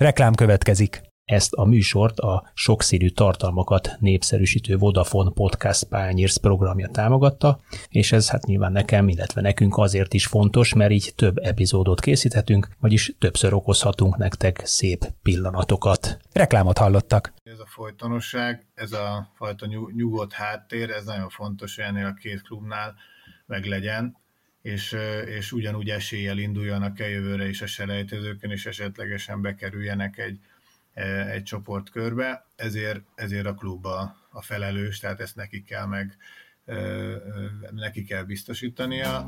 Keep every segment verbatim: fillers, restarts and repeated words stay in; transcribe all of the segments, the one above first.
Reklám következik. Ezt a műsort a sokszínű tartalmakat népszerűsítő Vodafone Podcast Pioneers programja támogatta, és ez hát nyilván nekem, illetve nekünk azért is fontos, mert így több epizódot készíthetünk, vagyis többször okozhatunk nektek szép pillanatokat. Reklámot hallottak. Ez a folytonosság, ez a fajta nyugodt háttér, ez nagyon fontos, hogy ennél a két klubnál meg legyen, és, és ugyanúgy eséllyel induljanak el jövőre is a selejtezőkön, és esetlegesen bekerüljenek egy, egy csoportkörbe, ezért, ezért a klub a, a felelős, tehát ezt neki kell meg neki kell biztosítania.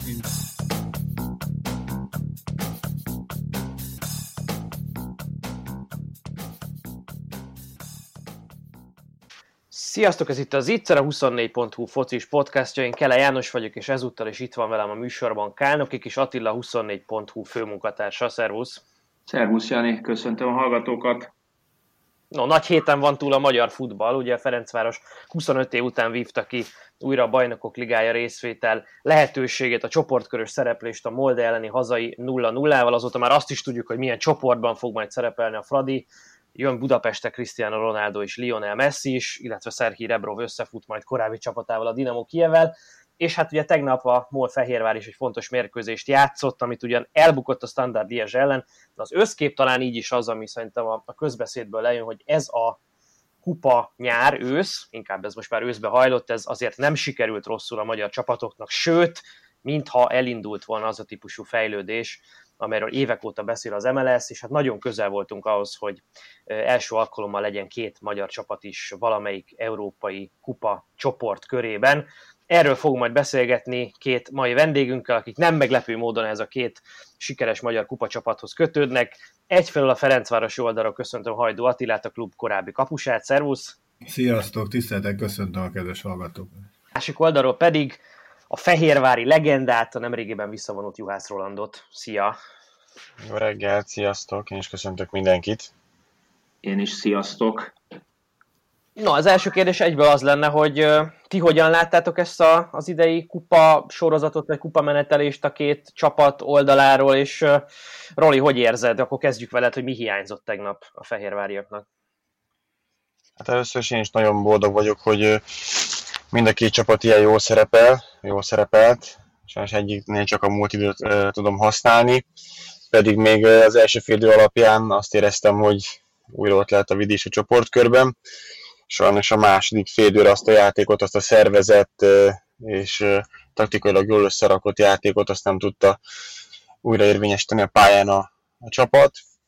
Sziasztok, ez itt az Ittszer, a huszonnégy pont hu focis podcastja, én Kele János vagyok, és ezúttal is itt van velem a műsorban Kálnoki és Attila, huszonnégy pont hu főmunkatársa. Szervusz! Szervusz, Jani, köszöntöm a hallgatókat! No, nagy héten van túl a magyar futball, ugye a Ferencváros huszonöt év után vívta ki újra a Bajnokok Ligája részvétel lehetőségét, a csoportkörös szereplést a Molde elleni hazai nulla nullával, azóta már azt is tudjuk, hogy milyen csoportban fog majd szerepelni a Fradi. Jön Budapestre Cristiano Ronaldo és Lionel Messi is, illetve Szerhij Rebrov összefut majd korábbi csapatával, a Dinamo Kijevvel, és hát ugye tegnap a MOL Fehérvár is egy fontos mérkőzést játszott, amit ugyan elbukott a Standard Liège ellen, de az összkép talán így is az, ami szerintem a, a közbeszédből lejön, hogy ez a kupa nyár, ősz, inkább ez most már őszbe hajlott, ez azért nem sikerült rosszul a magyar csapatoknak, sőt, mintha elindult volna az a típusú fejlődés, amelyről évek óta beszél az em el es, és hát nagyon közel voltunk ahhoz, hogy első alkalommal legyen két magyar csapat is valamelyik európai kupa csoport körében. Erről fogunk majd beszélgetni két mai vendégünkkel, akik nem meglepő módon ez a két sikeres magyar kupacsapathoz kötődnek. Egyfelől a Ferencvárosi oldalról köszöntöm Hajdú Attilát, a klub korábbi kapusát. Szervusz! Sziasztok, tiszteltek, köszöntöm a kedves hallgatókat! Másik oldalról pedig a fehérvári legendát, a nemrégiben visszavonult Juhász Rolandot. Szia! Jó reggelt, sziasztok! Én is köszöntök mindenkit. Én is sziasztok! No, az első kérdés egyből az lenne, hogy uh, ti hogyan láttátok ezt a, az idei kupa sorozatot, vagy kupa menetelést a két csapat oldaláról, és uh, Roli, hogy érzed? Akkor kezdjük veled, hogy mi hiányzott tegnap a fehérváriaknak. Hát először is én is nagyon boldog vagyok, hogy uh, mind a két csapat ilyen jól szerepel, jól szerepelt, sajnos egyiknél csak a múlt időt uh, tudom használni, pedig még uh, az első fél idő alapján azt éreztem, hogy újra ott lehet a Vidis a csoportkörben. Sajnos a második fél időre azt a játékot, azt a szervezett uh, és uh, taktikailag jól összerakott játékot, azt nem tudta újra érvényesíteni a pályán a, a csapat.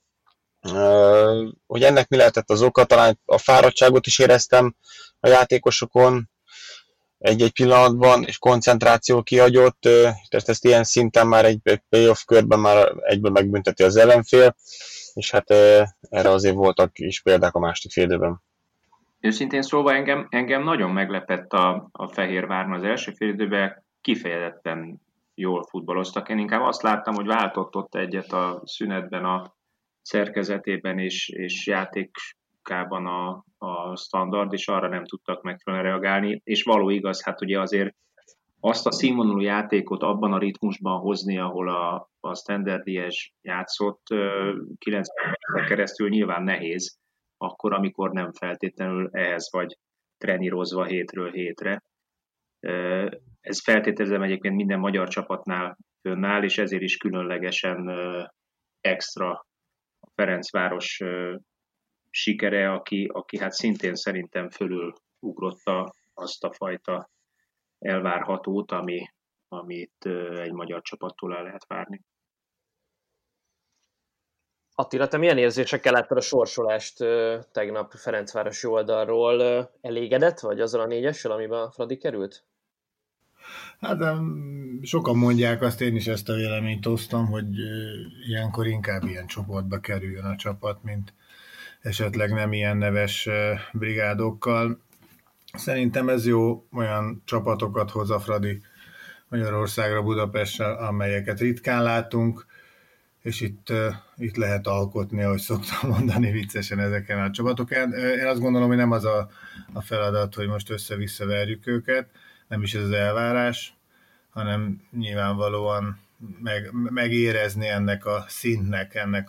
Uh, hogy ennek mi lehetett az oka, talán a fáradtságot is éreztem a játékosokon, egy-egy pillanatban, és koncentráció kihagyott, tehát ezt ilyen szinten már egy playoff körben már egyből megbünteti az ellenfél, és hát erre azért voltak is példák a második fél időben. Őszintén szólva engem, engem nagyon meglepett a, a Fehérvárban az első fél időben, kifejezetten jól futballoztak. Én inkább azt láttam, hogy váltott ott egyet a szünetben a szerkezetében és, és játék Kában a, a standard, és arra nem tudtak megfelelően reagálni, és való igaz, hát ugye azért azt a színvonalú játékot abban a ritmusban hozni, ahol a, a Standard Liège játszott kilencven percen keresztül nyilván nehéz, akkor, amikor nem feltétlenül ehhez vagy trenírozva hétről hétre. Ez feltételezem egyébként minden magyar csapatnál fönnáll, és ezért is különlegesen extra a Ferencváros sikere, aki, aki hát szintén szerintem fölül ugrotta azt a fajta elvárhatót, ami, amit egy magyar csapattól el lehet várni. Attila, te milyen érzésekkel láttad a sorsolást tegnap Ferencvárosi oldalról? Elégedett vagy azzal a négyessel, amiben a Fradi került? Hát sokan mondják, azt én is ezt a véleményt osztom, hogy ilyenkor inkább ilyen csoportba kerüljön a csapat, mint esetleg nem ilyen neves brigádokkal. Szerintem ez jó, olyan csapatokat hoz a Fradi Magyarországra, Budapestre, amelyeket ritkán látunk, és itt, itt lehet alkotni, ahogy szoktam mondani viccesen ezeken a csapatokon. Én azt gondolom, hogy nem az a, a feladat, hogy most össze-vissza verjük őket, nem is ez az elvárás, hanem nyilvánvalóan meg, megérezni ennek a szintnek, ennek a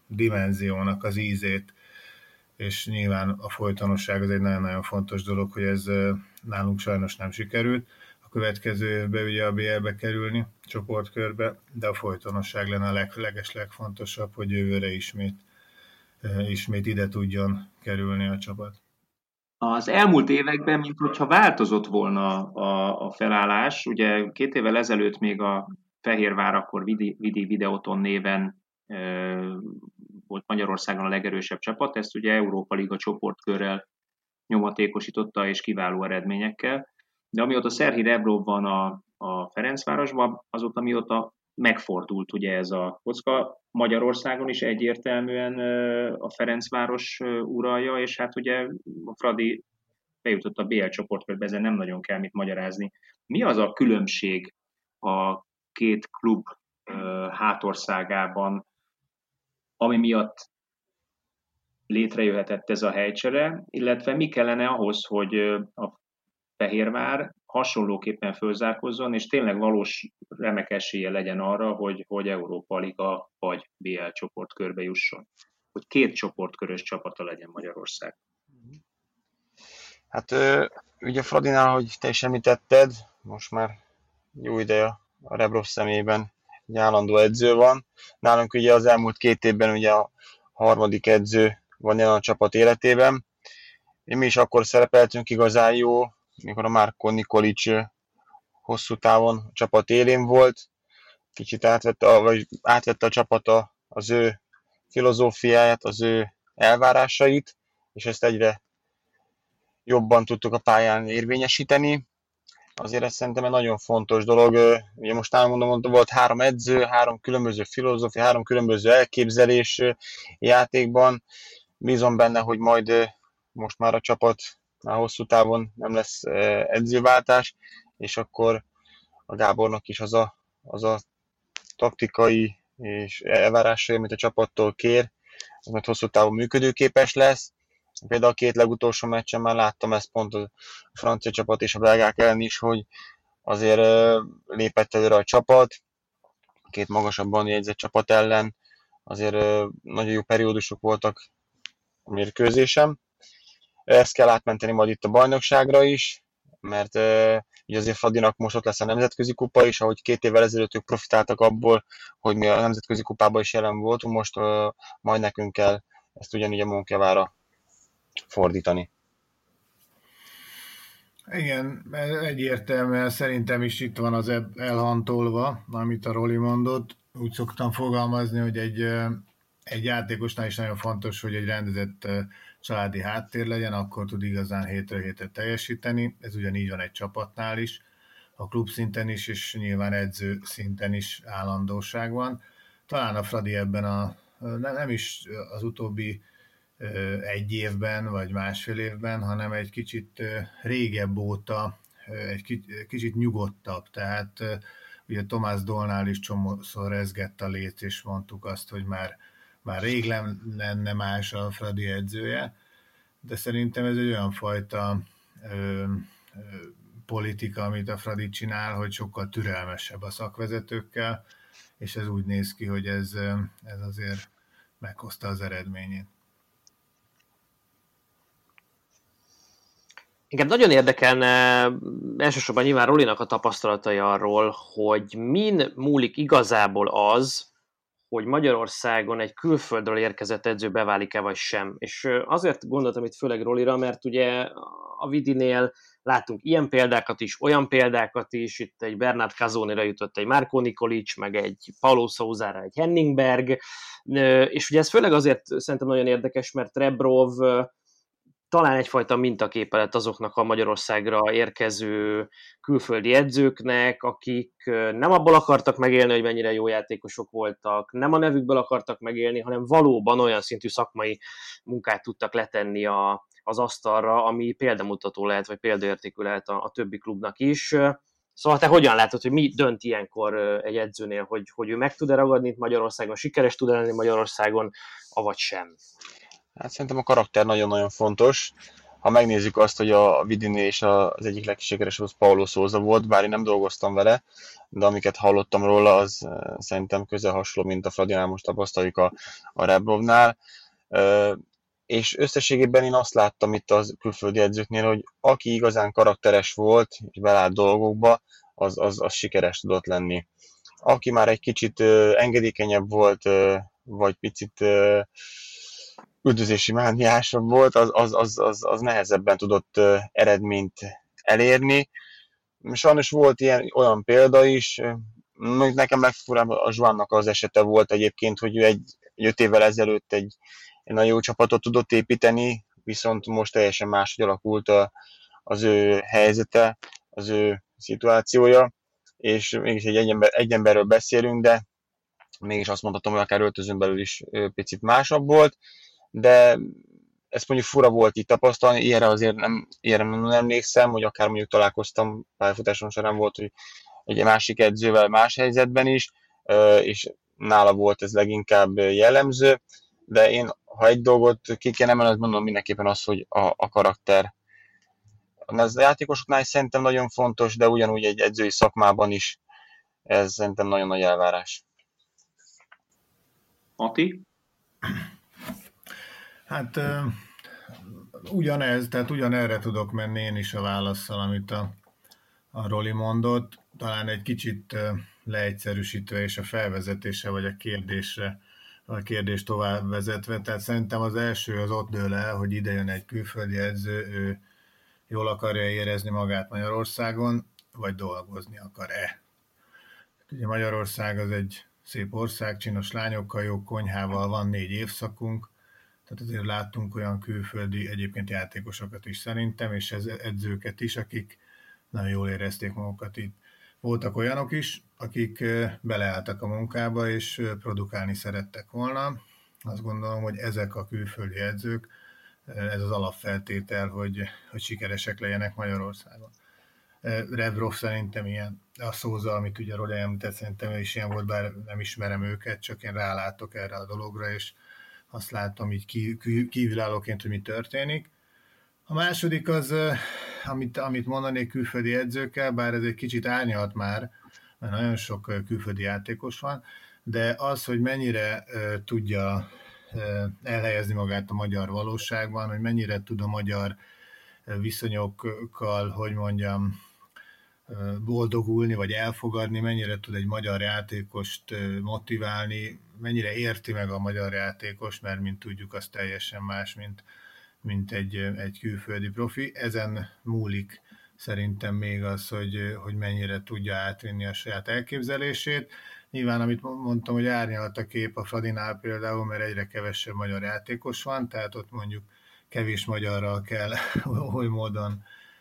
dimenziónak az ízét, és nyilván a folytonosság az egy nagyon-nagyon fontos dolog, hogy ez nálunk sajnos nem sikerült. A következő évben ugye a bé el-be kerülni, csoportkörbe, de a folytonosság lenne a legleges legfontosabb, hogy jövőre ismét, ismét ide tudjon kerülni a csapat. Az elmúlt években, minthogyha változott volna a, a felállás, ugye két évvel ezelőtt még a Fehérvár akkor Vidi, Vidi Videoton néven e, volt Magyarországon a legerősebb csapat, ezt ugye Európa Liga csoportkörrel nyomatékosította és kiváló eredményekkel, de amióta Serhij Rebrov van a, a Ferencvárosban, azóta mióta megfordult ugye ez a kocka, Magyarországon is egyértelműen a Ferencváros uralja, és hát ugye a Fradi bejutott a bé el csoportkörbe, ezen nem nagyon kell mit magyarázni. Mi az a különbség a két klub hátországában, ami miatt létrejöhetett ez a helycsere, illetve mi kellene ahhoz, hogy a Fehérvár hasonlóképpen fölzárkozzon, és tényleg valós remek esélye legyen arra, hogy, hogy Európa Liga vagy bé el csoportkörbe jusson. Hogy két csoportkörös csapata legyen Magyarország. Hát ugye Fradinál, hogy te is említetted, most már jó ideje a Rebrov személyében egy állandó edző van. Nálunk ugye az elmúlt két évben ugye a harmadik edző van jelen a csapat életében. Mi is akkor szerepeltünk igazán jó, mikor a Marko Nikolic hosszú távon a csapat élén volt. Kicsit átvette, vagy átvette a csapata az ő filozófiáját, az ő elvárásait, és ezt egyre jobban tudtuk a pályán érvényesíteni. Azért ez szerintem egy nagyon fontos dolog. Ugye most elmondom, hogy volt három edző, három különböző filozófia, három különböző elképzelés játékban. Bízom benne, hogy majd most már a csapat már hosszú távon nem lesz edzőváltás, és akkor a Gábornak is az a, az a taktikai és elvárásai, amit a csapattól kér, az majd hosszú távon működőképes lesz. Például a két legutolsó meccsen már láttam ezt pont a francia csapat és a belgák ellen is, hogy azért lépett előre a csapat, a két magasabban jegyzett csapat ellen, azért nagyon jó periódusok voltak a mérkőzésem. Ezt kell átmenteni majd itt a bajnokságra is, mert ugye azért Fradinak most ott lesz a nemzetközi kupa is, ahogy két évvel ezelőtt ők profitáltak abból, hogy mi a nemzetközi kupában is jelen voltunk, most majd nekünk kell ezt ugyanígy a Monkevára fordítani. Igen, egyértelműen szerintem is itt van az elhantolva, amit a Roli mondott. Úgy szoktam fogalmazni, hogy egy, egy játékosnál is nagyon fontos, hogy egy rendezett családi háttér legyen, akkor tud igazán hétről hétre teljesíteni. Ez ugyanígy van egy csapatnál is, a klub szinten is, és nyilván edző szinten is állandóság van. Talán a Fradi ebben a, nem is az utóbbi egy évben, vagy másfél évben, hanem egy kicsit régebb óta, egy kicsit nyugodtabb. Tehát ugye Tomás Dolnál is csomószor rezgett a léc, és mondtuk azt, hogy már, már rég lenne más a Fradi edzője, de szerintem ez egy olyan fajta ö, ö, politika, amit a Fradi csinál, hogy sokkal türelmesebb a szakvezetőkkel, és ez úgy néz ki, hogy ez, ez azért meghozta az eredményét. Engem nagyon érdekelne elsősorban nyilván Rolinak a tapasztalatai arról, hogy min múlik igazából az, hogy Magyarországon egy külföldről érkezett edző beválik-e vagy sem. És azért gondoltam itt főleg Rolira, mert ugye a Vidinél látunk ilyen példákat is, olyan példákat is, itt egy Bernard Casonira jutott egy Marko Nikolic, meg egy Paulo Sousára egy Henningberg, és ugye ez főleg azért szerintem nagyon érdekes, mert Rebrov talán egyfajta mintaképe lett azoknak a Magyarországra érkező külföldi edzőknek, akik nem abból akartak megélni, hogy mennyire jó játékosok voltak, nem a nevükből akartak megélni, hanem valóban olyan szintű szakmai munkát tudtak letenni a, az asztalra, ami példamutató lehet, vagy példaértékű lehet a, a többi klubnak is. Szóval te hogyan látod, hogy mi dönt ilyenkor egy edzőnél, hogy, hogy ő meg tud-e ragadni itt Magyarországon, sikeres tud lenni Magyarországon, avagy sem? Hát szerintem a karakter nagyon-nagyon fontos. ha megnézzük azt, hogy a Vidini és az egyik legsikeresebb az Paulo Sousa volt, bár én nem dolgoztam vele, de amiket hallottam róla, az szerintem közel hasonló, mint a Fradinál most tapasztaljuk a, a Rebrovnál. És összességében én azt láttam itt az külföldi edzőknél, hogy aki igazán karakteres volt, és belállt dolgokba, az, az, az sikeres tudott lenni. Aki már egy kicsit engedékenyebb volt, vagy picit üldözési mániásabb volt, az, az, az, az, az nehezebben tudott eredményt elérni. Sajnos volt ilyen, olyan példa is, nekem legfurább a Zsuánnak az esete volt egyébként, hogy ő egy, egy öt évvel ezelőtt egy, egy nagyon jó csapatot tudott építeni, viszont most teljesen máshogy alakult a, az ő helyzete, az ő szituációja, és mégis egy, egy, ember, egy emberről beszélünk, de mégis azt mondhatom, hogy akár öltözön belül is picit másabb volt, de ezt mondjuk fura volt itt tapasztalni, ilyenre azért nem, ilyenre nem emlékszem, hogy akár mondjuk találkoztam pályafutáson során volt, hogy egy másik edzővel más helyzetben is, és nála volt ez leginkább jellemző, de én, ha egy dolgot ki kell emelni, azt mondom mindenképpen az, hogy a, a karakter. Ez a játékosoknál is szerintem nagyon fontos, de ugyanúgy egy edzői szakmában is ez szerintem nagyon nagy elvárás. Ati? Hát uh, ugyanez, tehát ugyanerre tudok menni én is a válasszal, amit a, a Roli mondott, talán egy kicsit uh, leegyszerűsítve és a felvezetése vagy a kérdésre, a kérdést tovább vezetve, tehát szerintem az első az ott dől el, hogy ide jön egy külföldi edző, ő jól akarja érezni magát Magyarországon, vagy dolgozni akar-e. Ugye Magyarország az egy szép ország, csinos lányokkal, jó konyhával, van négy évszakunk, tehát azért láttunk olyan külföldi egyébként játékosokat is szerintem, és ez edzőket is, akik nagyon jól érezték magukat itt. Voltak olyanok is, akik beleálltak a munkába, és produkálni szerettek volna. Azt gondolom, hogy ezek a külföldi edzők, ez az alapfeltétel, hogy, hogy sikeresek legyenek Magyarországon. Rebrov szerintem ilyen, a Sousa, amit ugye Roli említett, szerintem ő is ilyen volt, bár nem ismerem őket, csak én rálátok erre a dologra, és azt látom így kívülállóként, hogy mi történik. A második az, amit, amit mondanék külföldi edzőkkel, bár ez egy kicsit árnyalt már, mert nagyon sok külföldi játékos van, de az, hogy mennyire uh, tudja uh, elhelyezni magát a magyar valóságban, hogy mennyire tud a magyar viszonyokkal, hogy mondjam, boldogulni, vagy elfogadni, mennyire tud egy magyar játékost motiválni, mennyire érti meg a magyar játékos, mert mint tudjuk, az teljesen más, mint, mint egy, egy külföldi profi. Ezen múlik szerintem még az, hogy, hogy mennyire tudja átvinni a saját elképzelését. Nyilván, amit mondtam, hogy árnyalt a kép a Fradinál például, mert egyre kevesebb magyar játékos van, tehát ott mondjuk kevés magyarral kell oly módon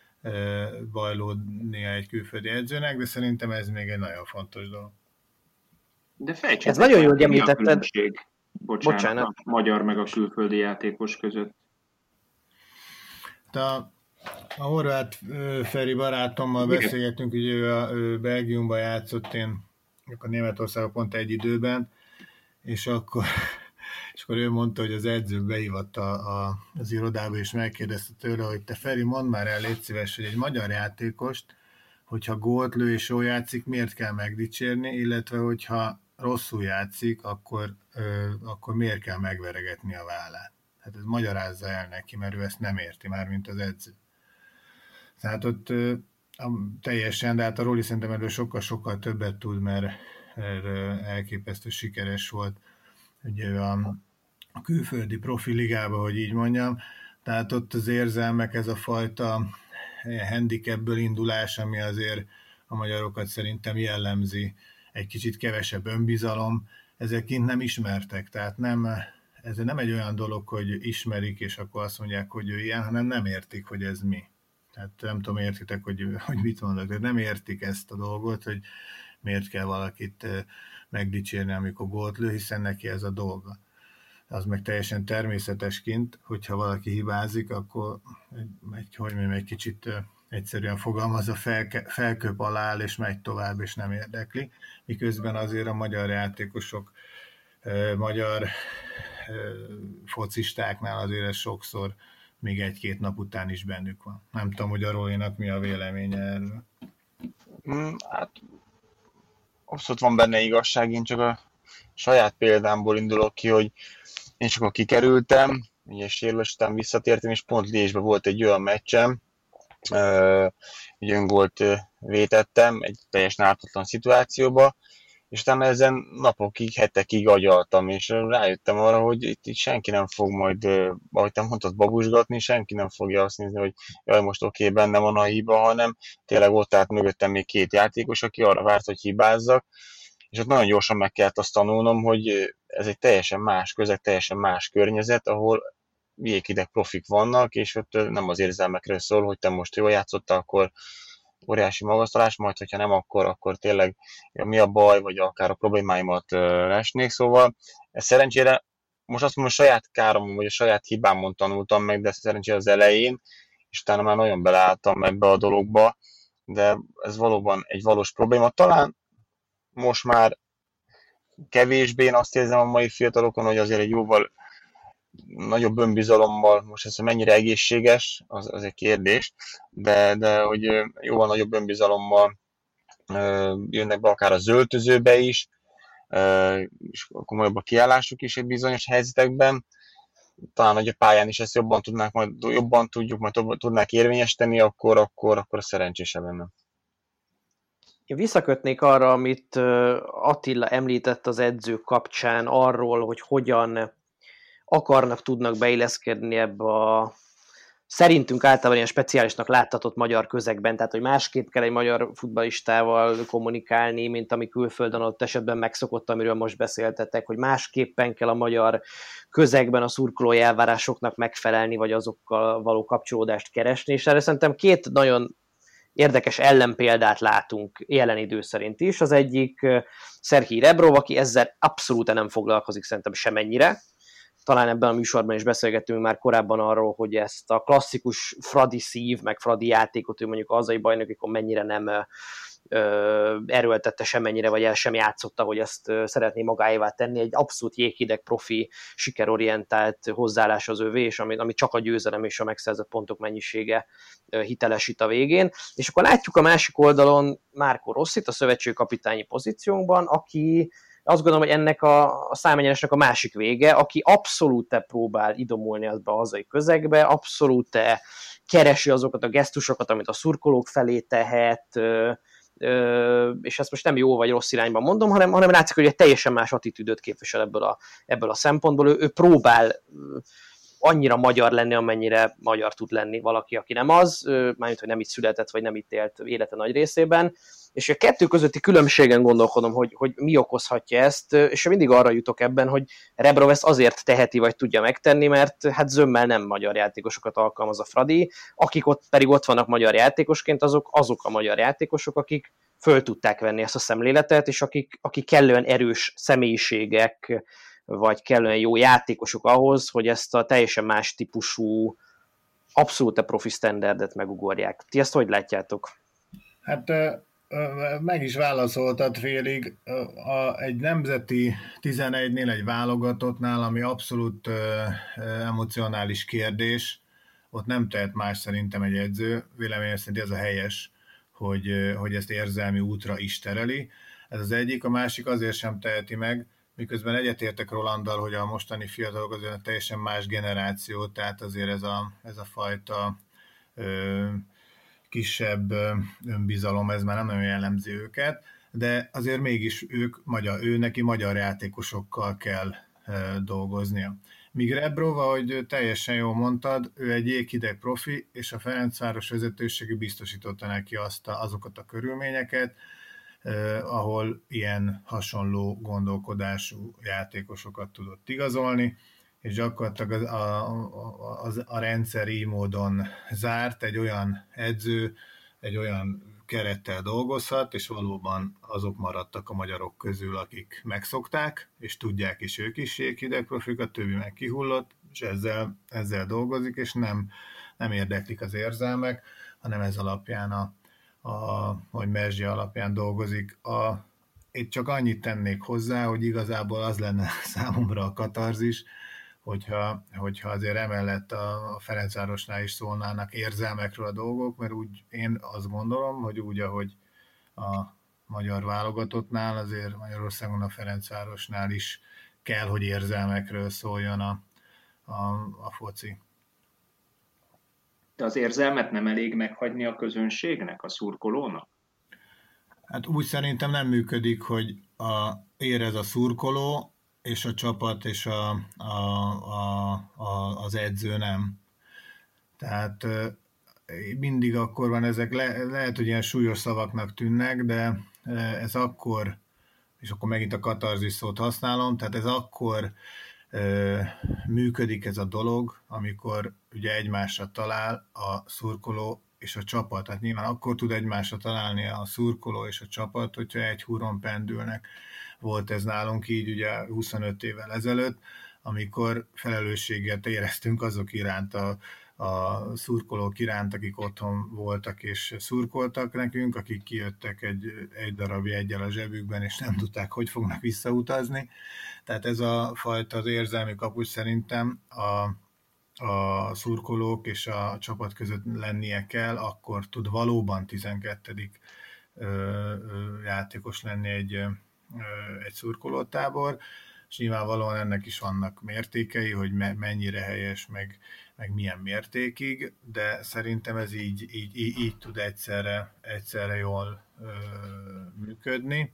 bajlódnia egy külföldi edzőnek, de szerintem ez még egy nagyon fontos dolog. De fejtsétek, ez nagyon jó, hogy említetted. A különbség, bocsánat, bocsánat, a magyar meg a külföldi játékos között. De a, a horvát Feri barátommal beszélgettünk, hogy ő, a, ő Belgiumban játszott, én akkor Németországban pont egy időben, és akkor és akkor ő mondta, hogy az edző behívott a, a, az irodába, és megkérdezte tőle, hogy te Feri, mondd már el, légy szíves, hogy egy magyar játékost, hogyha gólt lő és jól játszik, miért kell megdicsérni, illetve hogyha rosszul játszik, akkor, ö, akkor miért kell megveregetni a vállát. Hát ez magyarázza el neki, mert ő ezt nem érti már, mint az edző. Tehát ott ö, teljesen, de hát a Roli szerintem erről sokkal-sokkal többet tud, mert, mert elképesztő sikeres volt ugye a a külföldi profi ligába, hogy így mondjam, tehát ott az érzelmek, ez a fajta handicapből indulás, ami azért a magyarokat szerintem jellemzi, egy kicsit kevesebb önbizalom, ezek kint nem ismertek, tehát nem, ez nem egy olyan dolog, hogy ismerik, és akkor azt mondják, hogy ő ilyen, hanem nem értik, hogy ez mi. Tehát nem tudom, értitek, hogy, hogy mit mondok, de nem értik ezt a dolgot, hogy miért kell valakit megdicsérni, amikor gólt lő, hiszen neki ez a dolga. Az meg teljesen természetesként, hogyha valaki hibázik, akkor egy, egy, hogy mondjam, egy kicsit egyszerűen fogalmazza, felke, felköp alá áll, és megy tovább, és nem érdekli. Miközben azért a magyar játékosok, magyar focistáknál azért ez sokszor még egy-két nap után is bennük van. Nem tudom, hogy a Rolinak mi a véleménye erről. Mm, hát abszolút van benne igazság, én csak a saját példámból indulok ki, hogy én csak akkor kikerültem, ugye sérülés után visszatértem, és pont Liège-ben volt egy olyan meccsem, egy öngolt vétettem egy teljesen ártatlan szituációba, és utána ezen napokig, hetekig agyaltam, és rájöttem arra, hogy itt, itt senki nem fog majd, ahogy te mondtad, babusgatni, senki nem fogja azt nézni, hogy jaj, most oké, okay, benne van a hiba, hanem tényleg ott állt mögöttem még két játékos, aki arra várt, hogy hibázzak, és ott nagyon gyorsan meg kellett azt tanulnom, hogy ez egy teljesen más közeg, teljesen más környezet, ahol jéghideg profik vannak, és ott nem az érzelmekről szól, hogy te most jól játszottál, akkor óriási magasztalás, majd hogyha nem, akkor, akkor tényleg ja, mi a baj, vagy akár a problémáimat uh, lesnék, szóval ez szerencsére, most azt mondom, a saját káromon, vagy a saját hibámon tanultam meg, de szerencsére az elején, és utána már nagyon beleálltam ebbe a dologba, de ez valóban egy valós probléma. Talán most már kevésbé, én azt érzem a mai fiatalokon, hogy azért egy jóval nagyobb önbizalommal, most ez mennyire egészséges, az, az egy kérdés, de, de hogy jóval nagyobb önbizalommal jönnek be akár az öltözőbe is, és komolyabb a kiállásuk is egy bizonyos helyzetekben. Talán, hogy a pályán is ezt jobban tudnák, majd jobban tudjuk, majd tudnák érvényesíteni, akkor, akkor, akkor szerencsésebb lenne. Én visszakötnék arra, amit Attila említett az edzők kapcsán arról, hogy hogyan akarnak, tudnak beilleszkedni ebbe a szerintünk általában ilyen speciálisnak láttatott magyar közegben, tehát hogy másképp kell egy magyar futballistával kommunikálni, mint ami külföldön ott esetben megszokott, amiről most beszéltetek, hogy másképpen kell a magyar közegben a szurkolói elvárásoknak megfelelni, vagy azokkal való kapcsolódást keresni, és erre szerintem két nagyon érdekes ellenpéldát látunk jelen idő szerint is. Az egyik Szerhij Rebrov, aki ezzel abszolút nem foglalkozik szerintem semennyire. Talán ebben a műsorban is beszélgettünk már korábban arról, hogy ezt a klasszikus fradi szív, meg fradi játékot ő mondjuk a hazai bajnokikon mennyire nem ö, erőltette semennyire, vagy el sem játszotta, hogy ezt ö, szeretné magáévá tenni. Egy abszolút jéghideg profi, sikerorientált hozzáállás az övé, és ami, ami csak a győzelem és a megszerzett pontok mennyisége ö, hitelesít a végén. És akkor látjuk a másik oldalon Marco Rossit, a szövetségkapitányi pozíciónkban, aki azt gondolom, hogy ennek a, a számegyenesnek a másik vége, aki abszolút próbál idomulni azba a hazai közegbe, abszolút keresi azokat a gesztusokat, amit a szurkolók felé tehet, ö, ö, és ezt most nem jó vagy rossz irányban mondom, hanem, hanem látszik, hogy egy teljesen más attitűdöt képvisel ebből a, ebből a szempontból. Ő, ő próbál annyira magyar lenni, amennyire magyar tud lenni valaki, aki nem az, mármint, hogy nem itt született, vagy nem itt élt élete nagy részében. És a kettő közötti különbségen gondolkodom, hogy, hogy mi okozhatja ezt, és mindig arra jutok ebben, hogy Rebrov ezt azért teheti, vagy tudja megtenni, mert hát zömmel nem magyar játékosokat alkalmaz a Fradi, akik ott pedig ott vannak magyar játékosként, azok, azok a magyar játékosok, akik föl tudták venni ezt a szemléletet, és akik, akik kellően erős személyiségek, vagy kellően jó játékosok ahhoz, hogy ezt a teljesen más típusú, abszolút a profi standardet megugorják. Ti ezt hogy látjátok? Hát meg is válaszoltad félig. A, egy nemzeti tizenegynél, egy válogatottnál, ami abszolút emocionális kérdés, ott nem tehet más szerintem egy edző. Véleményem szerint ez a helyes, hogy, hogy ezt érzelmi útra is tereli. Ez az egyik, a másik azért sem teheti meg, miközben egyetértek Rolanddal, hogy a mostani fiatalok azért teljesen más generáció, tehát azért ez a, ez a fajta ö, kisebb önbizalom, ez már nem nagyon jellemzi őket, de azért mégis ők, magyar, ő neki magyar játékosokkal kell ö, dolgoznia. Míg Rebrov, ahogy teljesen jól mondtad, ő egy jéghideg profi, és a Ferencváros vezetősége biztosította neki azt a, azokat a körülményeket, Uh, ahol ilyen hasonló gondolkodású játékosokat tudott igazolni, és gyakorlatilag a, a, a, a rendszer így módon zárt, egy olyan edző, egy olyan kerettel dolgozhat, és valóban azok maradtak a magyarok közül, akik megszokták, és tudják is ők is jéghideg profik, a többi meg kihullott, és ezzel, ezzel dolgozik, és nem, nem érdeklik az érzelmek, hanem ez alapján a A, hogy Merzsi alapján dolgozik. A, itt csak annyit tennék hozzá, hogy igazából az lenne számomra a katarzis, hogyha, hogyha azért emellett a Ferencvárosnál is szólnának érzelmekről a dolgok, mert úgy én azt gondolom, hogy úgy, ahogy a magyar válogatottnál, azért Magyarországon a Ferencvárosnál is kell, hogy érzelmekről szóljon a, a, a foci. De az érzelmet nem elég meghagyni a közönségnek, a szurkolónak? Hát úgy szerintem nem működik, hogy a, érez a szurkoló, és a csapat és a, a, a, a, az edző nem. Tehát mindig akkor van, ezek le, lehet, hogy ilyen súlyos szavaknak tűnnek, de ez akkor, és akkor megint a katarzis szót használom, tehát ez akkor ö, működik ez a dolog, amikor ugye egymásra talál a szurkoló és a csapat. Tehát nyilván akkor tud egymásra találni a szurkoló és a csapat, hogyha egy húron pendülnek. Volt ez nálunk így ugye huszonöt évvel ezelőtt, amikor felelősséget éreztünk azok iránt, a, a szurkolók iránt, akik otthon voltak és szurkoltak nekünk, akik kijöttek egy, egy darab jeggyel a zsebükben, és nem tudták, hogy fognak visszautazni. Tehát ez a fajta az érzelmi kapus szerintem a, a szurkolók és a csapat között lennie kell, akkor tud valóban tizenkettedik játékos lenni egy, ö, egy szurkolótábor, és nyilvánvalóan ennek is vannak mértékei, hogy me- mennyire helyes, meg, meg milyen mértékig, de szerintem ez így, így, így, így tud egyszerre, egyszerre jól ö, működni.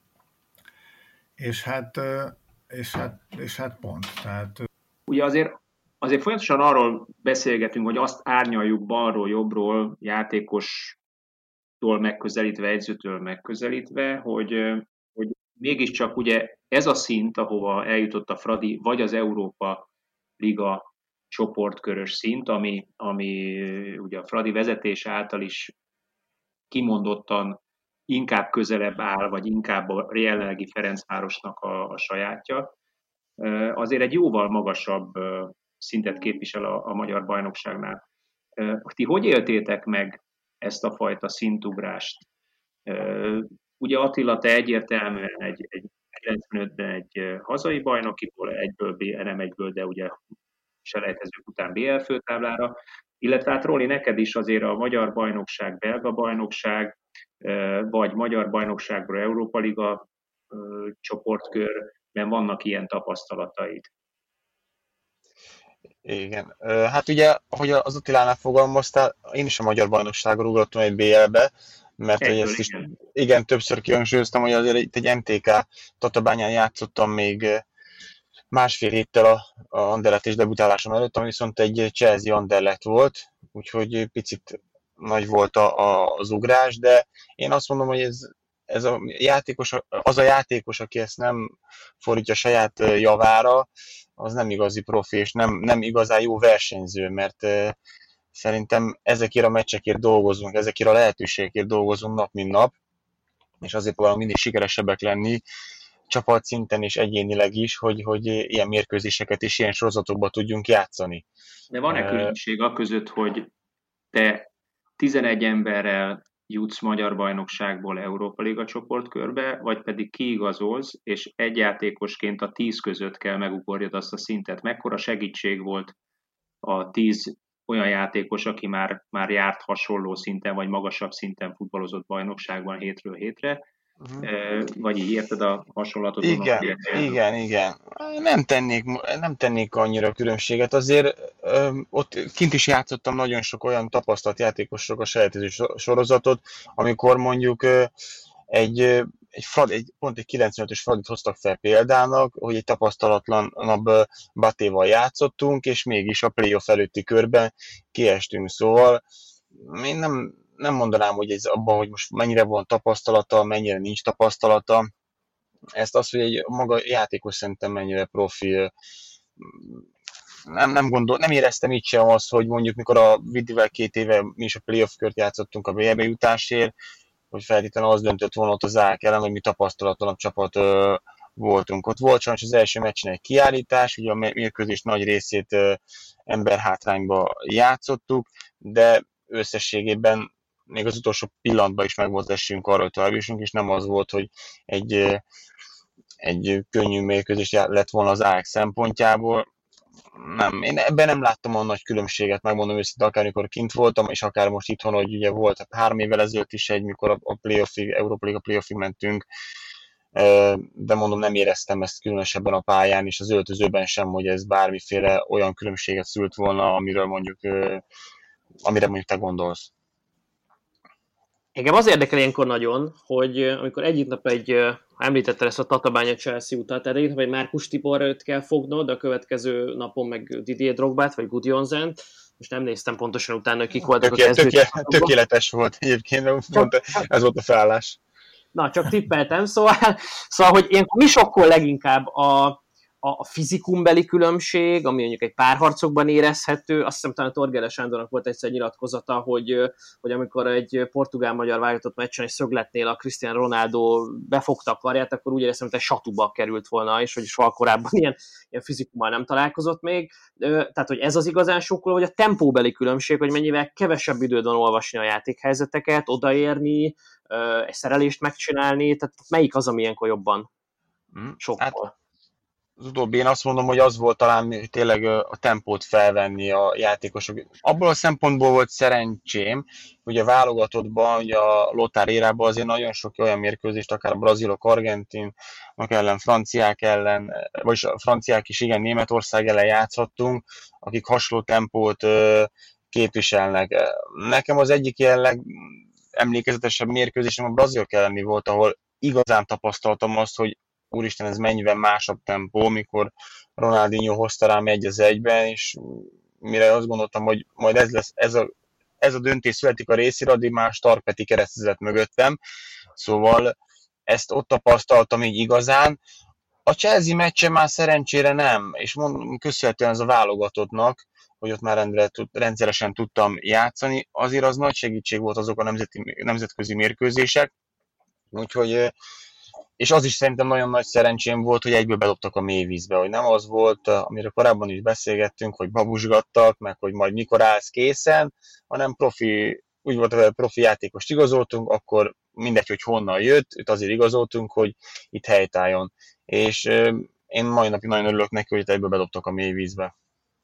És hát, ö, és, hát, és hát pont. Tehát, ugye azért, azért folyamatosan arról beszélgetünk, hogy azt árnyaljuk balról, jobbról, játékostól megközelítve, edzőtől megközelítve, hogy, hogy mégiscsak ugye ez a szint, ahova eljutott a Fradi, vagy az Európa Liga csoportkörös szint, ami, ami ugye a Fradi vezetés által is kimondottan inkább közelebb áll, vagy inkább a jelenlegi Ferencvárosnak a, a sajátja, azért egy jóval magasabb szintet képvisel a, a magyar bajnokságnál. Ti hogy éltétek meg ezt a fajta szintugrást? Ugye Attila, te egyértelműen egy, egy kilencvenötben egy hazai bajnokiból, egyből, nem egyből, de ugye selejtezők után bé el főtáblára, illetve hát Roli, neked is azért a magyar bajnokság, belga bajnokság, vagy magyar bajnokságról Európa Liga csoportkörben vannak ilyen tapasztalataid. Igen. Hát ugye, ahogy az Attilánál fogalmaztál, én is a magyar bajnokságról ugrottam egy bé el-be, mert hogy ezt is igen. igen, többször kihangsúlyoztam, hogy azért itt egy em té ká Tatabányán játszottam még másfél héttel a, a Anderlecht és debutálásom előtt, ami viszont egy Chelsea Anderlecht volt, úgyhogy picit nagy volt a, a, az ugrás, de én azt mondom, hogy ez, ez a játékos, az a játékos, aki ezt nem fordítja saját javára, az nem igazi profi, és nem, nem igazán jó versenyző, mert uh, szerintem ezekért a meccsekért dolgozunk, ezekért a lehetőségekért dolgozunk nap, mint nap, és azért próbálunk mindig sikeresebbek lenni, csapatszinten és egyénileg is, hogy, hogy ilyen mérkőzéseket és ilyen sorozatokban tudjunk játszani. De van-e különbség a között, hogy te tizenegy emberrel jutsz magyar bajnokságból Európa Liga csoportkörbe, vagy pedig kiigazolsz, és egy játékosként a tíz között kell megugorjad azt a szintet? Mekkora segítség volt a tíz olyan játékos, aki már, már járt hasonló szinten, vagy magasabb szinten futballozott bajnokságban hétről hétre, uh-huh. Vagy így érted a hasonlatot? Igen, igen, igen. Nem tennék, nem tennék annyira különbséget. Azért ö, ott kint is játszottam nagyon sok olyan tapasztalt játékosok a selejtező sorozatot, amikor mondjuk ö, egy, egy, Fradi, egy pont egy kilencvenötös Fradit hoztak fel példának, hogy egy tapasztalatlanabb Batéval játszottunk, és mégis a playoff előtti körben kiestünk. Szóval én nem nem mondanám, hogy ez abban, hogy most mennyire van tapasztalata, mennyire nincs tapasztalata. Ezt az, hogy egy maga játékos szerintem mennyire profi. Nem, nem, gondol, nem éreztem így sem azt, hogy mondjuk mikor a Vidivel két éve mi is a playoff kört játszottunk a bé el-be jutásért, hogy feltétlenül az döntött volna ott az á ká ellen, hogy mi tapasztalatlanabb csapat ö, voltunk. Ott volt sajnos az első meccsen egy kiállítás, ugye a mérkőzés nagy részét ö, emberhátrányba játszottuk, de összességében még az utolsó pillanatban is meg volt esélyünk arra, hogy továbbjussunk, és nem az volt, hogy egy, egy könnyű mérkőzés lett volna az á ká szempontjából. nem, én ebben nem láttam olyan nagy különbséget, megmondom őszintén, akár amikor kint voltam, és akár most itthon, hogy ugye volt három évvel ezelőtt is egy, mikor a, a playoffig, Európa Liga playoffig mentünk, de mondom, nem éreztem ezt különösebben a pályán, és az öltözőben sem, hogy ez bármiféle olyan különbséget szült volna, amiről mondjuk, amire mondjuk te gondolsz. Engem az érdekel ilyenkor nagyon, hogy amikor egyik nap egy, említetted ezt a Tatabánya Chelsea utat, tehát egyik nap egy Márkus Tiborrot kell fognod, a következő napon meg Didier Drogbát, vagy Gudjonzent. Most nem néztem pontosan utána, hogy kik voltak Tökélet, a kezdők. Tökéletes volt egyébként, pont ez volt a felállás. Na, csak tippeltem, szóval, szóval hogy ilyenkor mi sokkol leginkább a, a fizikumbeli különbség, ami mondjuk egy párharcokban érezhető. Azt hiszem talán Torgeles Sándornak volt egyszer nyilatkozata, hogy, hogy amikor egy portugál-magyar válogatott meccsen egy szögletnél a Cristiano Ronaldo befogta a karját, akkor úgy éreztem, hogy egy satuba került volna, és hogy soha korábban ilyen, ilyen fizikummal nem találkozott még. Tehát, hogy ez az igazán sokkoló, hogy a tempóbeli különbség, hogy mennyivel kevesebb időd van olvasni a játékhelyzeteket, odaérni, egy szerelést megcsinálni, tehát melyik az, ami ilyenkor jobban sokkol? Hát, az utóbbi, én azt mondom, hogy az volt talán tényleg a tempót felvenni a játékosok. Abból a szempontból volt szerencsém, hogy a válogatottban, ugye a Lothar érában azért nagyon sok olyan mérkőzést, akár a brazilok, argentinok ellen, franciák ellen, vagyis a franciák is, igen, Németország ellen játszhattunk, akik hasonló tempót képviselnek. Nekem az egyik jelleg emlékezetesebb mérkőzésem a brazilok elleni volt, ahol igazán tapasztaltam azt, hogy úristen, ez mennyivel másabb tempó, mikor Ronaldinho hozta rám egy az egyben, és mire azt gondoltam, hogy majd ez lesz, ez a, ez a döntés születik a részére, addig már Stark Peti keresztezett mögöttem, szóval ezt ott tapasztaltam így igazán. A Chelsea meccsen már szerencsére nem, és mondom, köszönhetően ez a válogatottnak, hogy ott már rendre, rendszeresen tudtam játszani, azért az nagy segítség volt azok a nemzeti, nemzetközi mérkőzések, úgyhogy és az is szerintem nagyon nagy szerencsém volt, hogy egyből bedobtak a mélyvízbe, hogy nem az volt, amiről korábban is beszélgettünk, hogy babusgattak, meg hogy majd mikor állsz készen, hanem profi, úgy volt, hogy profi játékost igazoltunk, akkor mindegy, hogy honnan jött, őt azért igazoltunk, hogy itt helytálljon. És én mai napig nagyon örülök neki, hogy egyből bedobtak a mélyvízbe.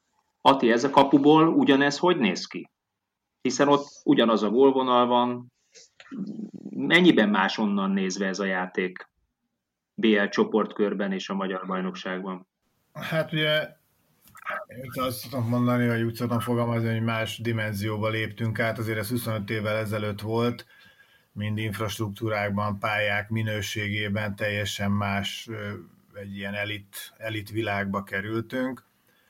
Ati, ez a kapuból ugyanez hogy néz ki? Hiszen ott ugyanaz a gólvonal van, mennyiben más onnan nézve ez a játék? bé el csoportkörben és a magyar bajnokságban. Hát ugye azt tudom mondani, hogy úgy szoktam fogalmazni, hogy más dimenzióba léptünk át, azért ez huszonöt évvel ezelőtt volt, mind infrastruktúrákban, pályák minőségében teljesen más, egy ilyen elit, elit világba kerültünk,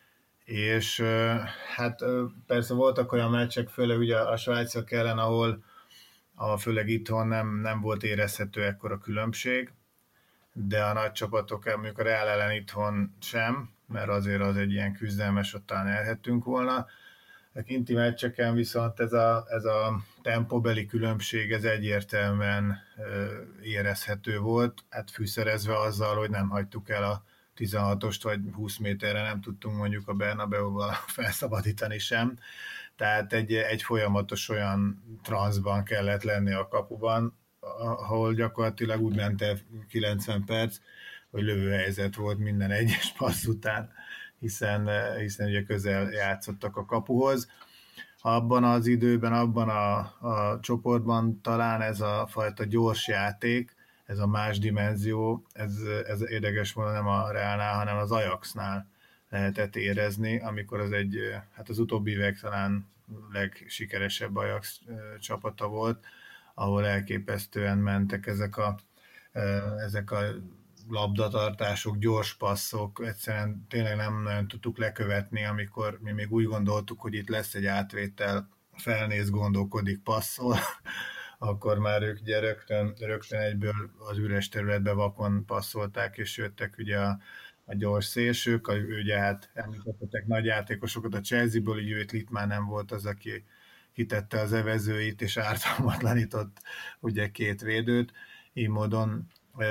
és hát persze voltak olyan meccsek, főleg ugye a svájciak ellen, ahol a, főleg itthon nem, nem volt érezhető ekkora különbség, de a nagy csapatok, mondjuk a Real ellen itthon sem, mert azért az egy ilyen küzdelmes, ott talán elhettünk volna. A kinti meccseken viszont ez a, ez a tempóbeli különbség, ez egyértelműen érezhető volt, hát fűszerezve azzal, hogy nem hagytuk el a tizenhatost, vagy húsz méterre nem tudtunk mondjuk a Bernabeuval felszabadítani sem. Tehát egy, egy folyamatos olyan transzban kellett lenni a kapuban, ahol gyakorlatilag úgy ment el kilencven perc, hogy lövőhelyzet volt minden egyes passz után, hiszen, hiszen ugye közel játszottak a kapuhoz. Abban az időben, abban a, a csoportban talán ez a fajta gyors játék, ez a más dimenzió, ez, ez érdekes módon nem a Realnál, hanem az Ajaxnál lehetett érezni, amikor az egy, hát az utóbbi évek talán legsikeresebb Ajax csapata volt, ahol elképesztően mentek ezek a, ezek a labdatartások, gyors passzok, egyszerűen tényleg nem nagyon tudtuk lekövetni, amikor mi még úgy gondoltuk, hogy itt lesz egy átvétel, felnéz, gondolkodik, passzol, akkor már ők ugye rögtön, rögtön egyből az üres területbe vakon passzolták, és jöttek ugye a, a gyors szélsők, ugye hát említettek nagy játékosokat a Chelsea-ből, így őt Littmann nem volt az, aki kitette az evezőit, és ártalmatlanított ugye két védőt, így módon,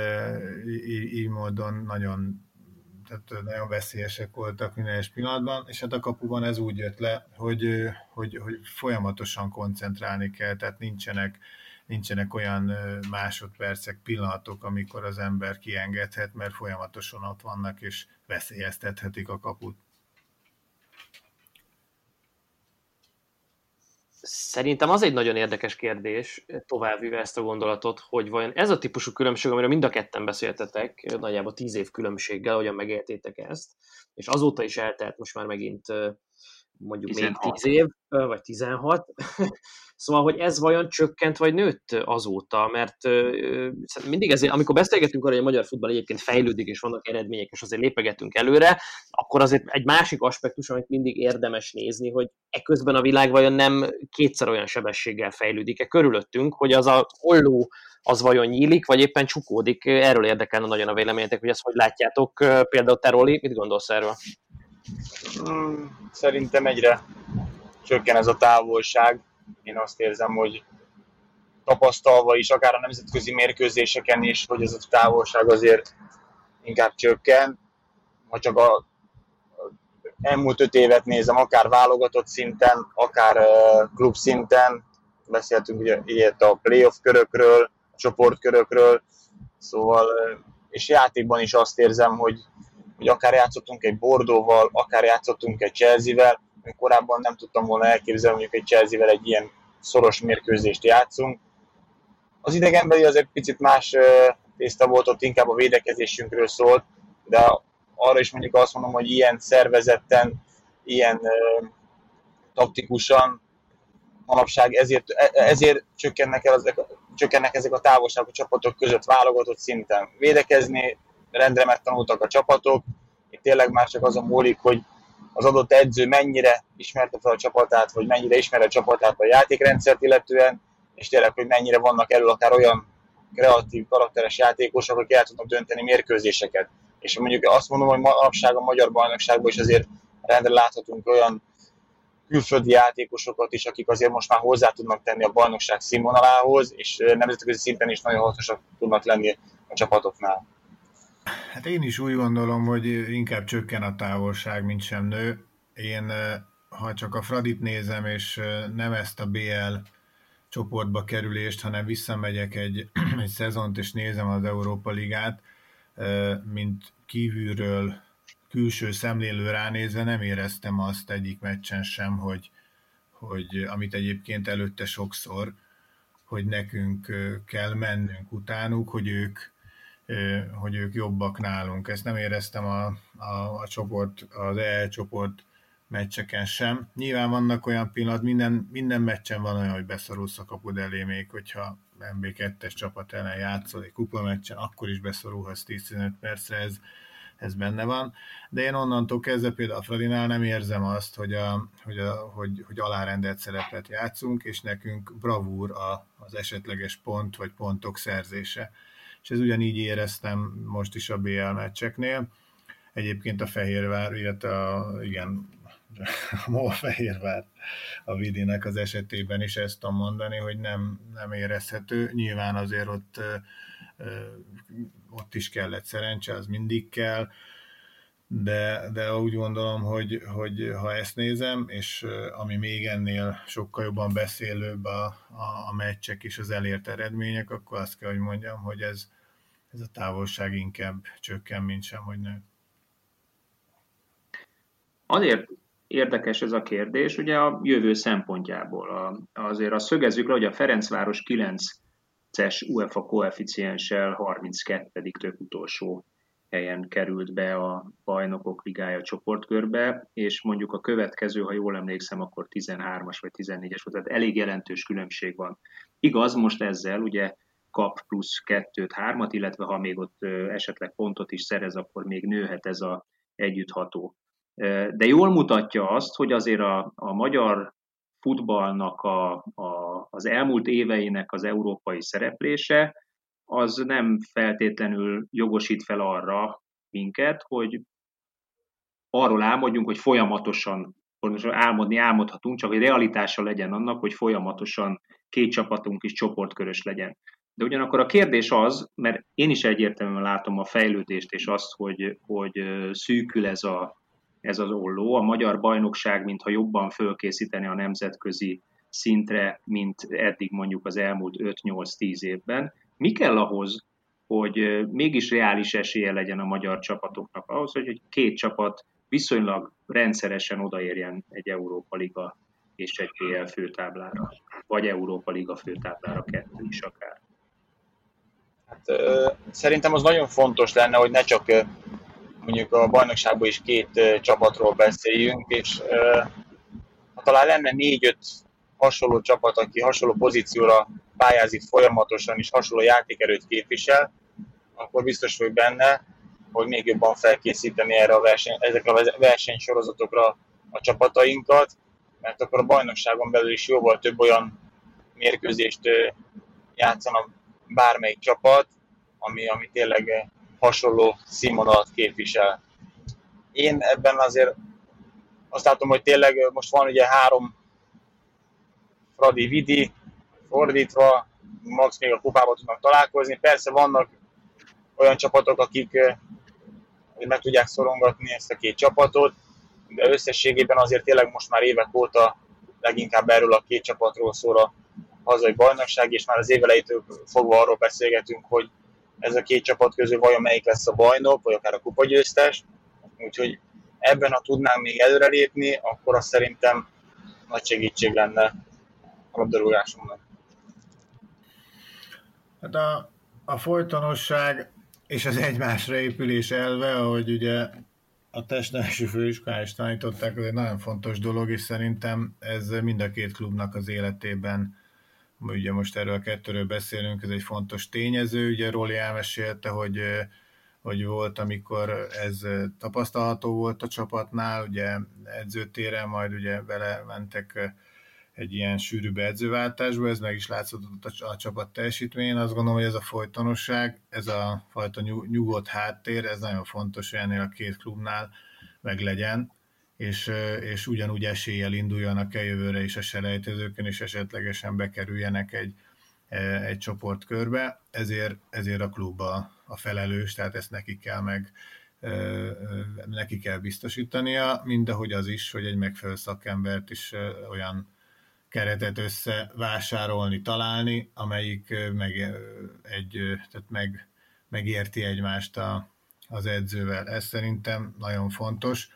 így, így módon nagyon, tehát nagyon veszélyesek voltak minden egyes pillanatban, és hát a kapuban ez úgy jött le, hogy, hogy, hogy folyamatosan koncentrálni kell, tehát nincsenek, nincsenek olyan másodpercek, pillanatok, amikor az ember kiengedhet, mert folyamatosan ott vannak, és veszélyeztethetik a kaput. Szerintem az egy nagyon érdekes kérdés, továbbvive ezt a gondolatot, hogy vajon ez a típusú különbség, amiről mind a ketten beszéltetek, nagyjából tíz év különbséggel, hogyan megéltétek ezt, és azóta is eltelt most már megint mondjuk tizenhat. Még tíz év, vagy tizenhat. Szóval, hogy ez vajon csökkent, vagy nőtt azóta, mert mindig ezért, amikor beszélgetünk arra, hogy a magyar futball egyébként fejlődik, és vannak eredmények, és azért lépegetünk előre, akkor azért egy másik aspektus, amit mindig érdemes nézni, hogy eközben a világ vajon nem kétszer olyan sebességgel fejlődik-e körülöttünk, hogy az a olló az vajon nyílik, vagy éppen csukódik. Erről érdekelne nagyon a véleményetek, hogy ezt hogy látjátok. Például te, Roli, mit gondolsz erről? Szerintem egyre csökken ez a távolság. Én azt érzem, hogy tapasztalva is, akár a nemzetközi mérkőzéseken is, hogy ez a távolság azért inkább csökken. Ha csak a elmúlt öt évet nézem, akár válogatott szinten, akár klub szinten, beszéltünk ugye ilyet a playoff körökről, a csoportkörökről, szóval, és játékban is azt érzem, hogy, hogy akár játszottunk egy Bordeauxval, akár játszottunk egy Chelsea-vel, korábban nem tudtam volna elképzelni, mondjuk egy Chelsea-vel egy ilyen szoros mérkőzést játszunk. Az idegenbeli az egy picit más tészta volt, ott inkább a védekezésünkről szólt, de arra is mondjuk azt mondom, hogy ilyen szervezetten, ilyen uh, taktikusan manapság ezért, ezért csökkennek, el ezek, csökkennek ezek a távolságok a csapatok között válogatott szinten. Védekezni rendre megtanultak a csapatok, itt tényleg már csak azon múlik, hogy az adott edző mennyire ismerte fel a csapatát, vagy mennyire ismeri a csapatát a játékrendszert illetően, és tényleg, hogy mennyire vannak elő akár olyan kreatív, karakteres játékosok, akik el tudnak dönteni mérkőzéseket. És mondjuk azt mondom, hogy manapság a magyar bajnokságban is azért rendre láthatunk olyan külföldi játékosokat is, akik azért most már hozzá tudnak tenni a bajnokság színvonalához, és nemzetközi szinten is nagyon hasznosak tudnak lenni a csapatoknál. Hát én is úgy gondolom, hogy inkább csökken a távolság, mint sem nő. Én, ha csak a Fradit nézem, és nem ezt a bé el csoportba kerülést, hanem visszamegyek egy, egy szezont, és nézem az Európa Ligát, mint kívülről, külső szemlélő ránézve nem éreztem azt egyik meccsen sem, hogy, hogy amit egyébként előtte sokszor, hogy nekünk kell mennünk utánuk, hogy ők, hogy ők jobbak nálunk. Ezt nem éreztem a, a, a csoport, az é el csoport meccseken sem. Nyilván vannak olyan pillanat, minden, minden meccsen van olyan, hogy beszorulsz a kapud elé, még hogyha em bé kettes csapat ellen játszol egy kupa meccsen, akkor is beszorulhatsz tíz-tizenöt percre, ez, ez benne van. De én onnantól kezdve például a Fradinál nem érzem azt, hogy, a, hogy, a, hogy, hogy alárendelt szerepet játszunk, és nekünk bravúr a, az esetleges pont vagy pontok szerzése. És ez ugyanígy éreztem most is a bé el meccseknél. Egyébként a Fehérvár, illetve a, igen, a MOL Fehérvár a Vidinek az esetében is ezt tudom mondani, hogy nem, nem érezhető. Nyilván azért ott, ott is kellett szerencse, az mindig kell, de, de úgy gondolom, hogy, hogy ha ezt nézem, és ami még ennél sokkal jobban beszélőbb a, a, a meccsek és az elért eredmények, akkor azt kell, hogy mondjam, hogy ez, ez a távolság inkább csökken, mint sem, hogy nő. Azért érdekes ez a kérdés, ugye a jövő szempontjából. A, azért azt szögezzük le, hogy a Ferencváros kilences u e fá koeficienssel harminckettedik tök utolsó helyen került be a Bajnokok Ligája csoportkörbe, és mondjuk a következő, ha jól emlékszem, akkor tizenhármas vagy tizennégyes volt, tehát elég jelentős különbség van. Igaz, most ezzel ugye kap plusz kettőt, hármat, illetve ha még ott esetleg pontot is szerez, akkor még nőhet ez a együttható. De jól mutatja azt, hogy azért a, a magyar futballnak a, a, az elmúlt éveinek az európai szereplése az nem feltétlenül jogosít fel arra minket, hogy arról álmodjunk, hogy folyamatosan, álmodni álmodhatunk, csak hogy realitása legyen annak, hogy folyamatosan két csapatunk is csoportkörös legyen. De ugyanakkor a kérdés az, mert én is egyértelműen látom a fejlődést és azt, hogy, hogy szűkül ez a ez az olló. A magyar bajnokság, mintha jobban fölkészíteni a nemzetközi szintre, mint eddig mondjuk az elmúlt öt-nyolc-tíz évben. Mi kell ahhoz, hogy mégis reális esélye legyen a magyar csapatoknak ahhoz, hogy két csapat viszonylag rendszeresen odaérjen egy Európa Liga és egy bé el főtáblára, vagy Európa Liga főtáblára, kettő is akár. Hát, ö, szerintem az nagyon fontos lenne, hogy ne csak ö, mondjuk a bajnokságban is két ö, csapatról beszéljünk, és ö, ha talán lenne négy-öt hasonló csapat, aki hasonló pozícióra pályázik folyamatosan, és hasonló játékerőt képvisel, akkor biztos vagyok benne, hogy még jobban felkészíteni erre a verseny, ezekre a versenysorozatokra a csapatainkat, mert akkor a bajnokságon belül is jóval több olyan mérkőzést játszana bármelyik csapat, ami, ami tényleg hasonló színvonalat képvisel. Én ebben azért azt látom, hogy tényleg most van ugye három Fradi Vidi, fordítva, max még a kupában tudnak találkozni. Persze vannak olyan csapatok, akik meg tudják szorongatni ezt a két csapatot, de összességében azért tényleg most már évek óta leginkább erről a két csapatról szól a hazai bajnokság, és már az évelejétől fogva arról beszélgetünk, hogy ez a két csapat közül vajon melyik lesz a bajnok, vagy akár a kupagyőztes. Úgyhogy ebben, ha tudnánk még előrelépni, akkor azt szerintem nagy segítség lenne a labdarúgásunknak. Hát a, a folytonosság és az egymásra épülés elve, ahogy ugye a testnevelési főiskolán is tanították, ez egy nagyon fontos dolog, és szerintem ez mind a két klubnak az életében, ugye most erről a kettőről beszélünk, ez egy fontos tényező. Ugye Roli elmesélte, hogy, hogy volt, amikor ez tapasztalható volt a csapatnál, ugye edzőtéren, majd ugye vele mentek egy ilyen sűrűbb edzőváltásba, ez meg is látszott a, a csapat teljesítményén. Azt gondolom, hogy ez a folytonosság, ez a fajta nyugodt háttér, ez nagyon fontos, hogy ennél a két klubnál meg legyen, és, és ugyanúgy eséllyel induljanak el jövőre is a selejtezőkön, és esetlegesen bekerüljenek egy, egy csoportkörbe. Ezért, ezért a klub a, a felelős, tehát ezt neki kell meg neki kell biztosítania, mindahogy az is, hogy egy megfelelő szakembert is olyan keretet összevásárolni, találni, amelyik meg, egy, tehát meg, megérti egymást a, az edzővel. Ez szerintem nagyon fontos,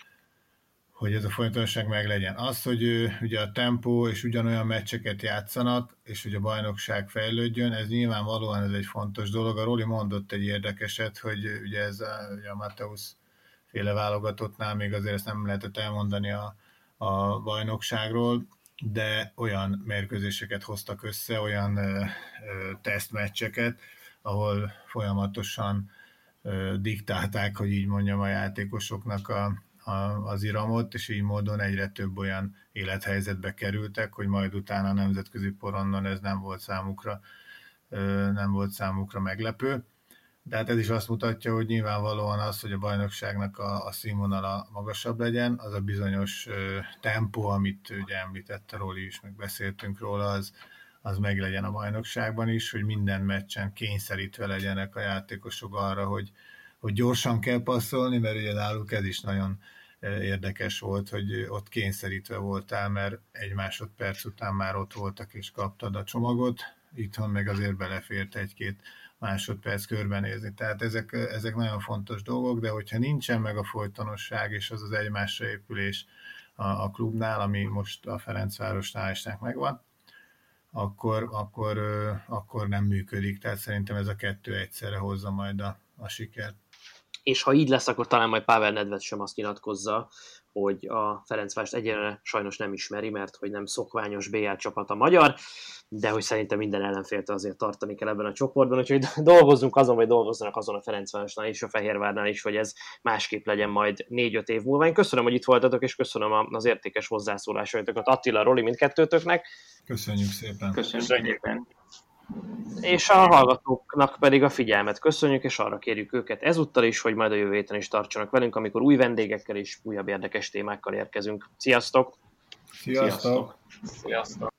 hogy ez a folytonosság meg legyen. Az, hogy ugye a tempó és ugyanolyan meccseket játszanak, és hogy a bajnokság fejlődjön, ez nyilvánvalóan ez egy fontos dolog. A Roli mondott egy érdekeset, hogy ugye ez a, ugye a Mateusz féle válogatottnál még azért ezt nem lehetett elmondani a, a bajnokságról, de olyan mérkőzéseket hoztak össze, olyan ö, ö, tesztmeccseket, ahol folyamatosan ö, diktálták, hogy így mondjam, a játékosoknak a, a, az iramot, és így módon egyre több olyan élethelyzetbe kerültek, hogy majd utána a nemzetközi porondon ez nem volt számukra, ö, nem volt számukra meglepő. De hát ez is azt mutatja, hogy nyilvánvalóan az, hogy a bajnokságnak a, a színvonala magasabb legyen, az a bizonyos ö, tempó, amit ugye említette Roli is, meg beszéltünk róla, az, az meg legyen a bajnokságban is, hogy minden meccsen kényszerítve legyenek a játékosok arra, hogy, hogy gyorsan kell passzolni, mert ugye náluk ez is nagyon érdekes volt, hogy ott kényszerítve voltál, mert egy másodperc után már ott voltak és kaptad a csomagot, itthon meg azért belefért egy-két másodperc körbenézni. Tehát ezek, ezek nagyon fontos dolgok, de hogyha nincsen meg a folytonosság és az az egymásra épülés a, a klubnál, ami most a Ferencvárosnál is megvan, akkor, akkor, akkor nem működik. Tehát szerintem ez a kettő egyszerre hozza majd a, a sikert. És ha így lesz, akkor talán majd Pavel Nedved sem azt nyilatkozza, hogy a Ferencvárost egyenre sajnos nem ismeri, mert hogy nem szokványos bé el csapat a magyar, de hogy szerintem minden ellenfélt azért tartani kell ebben a csoportban, úgyhogy dolgozzunk azon, vagy dolgozzanak azon a Ferencvárosnál és a Fehérvárnál is, hogy ez másképp legyen majd négy-öt év múlva. Én köszönöm, hogy itt voltatok, és köszönöm az értékes hozzászólásaitokat Attila, Roli, mindkettőtöknek. Köszönjük szépen. Köszönjük szépen. És a hallgatóknak pedig a figyelmet köszönjük, és arra kérjük őket ezúttal is, hogy majd a jövő héten is tartsanak velünk, amikor új vendégekkel és újabb érdekes témákkal érkezünk. Sziasztok! Sziasztok! Sziasztok!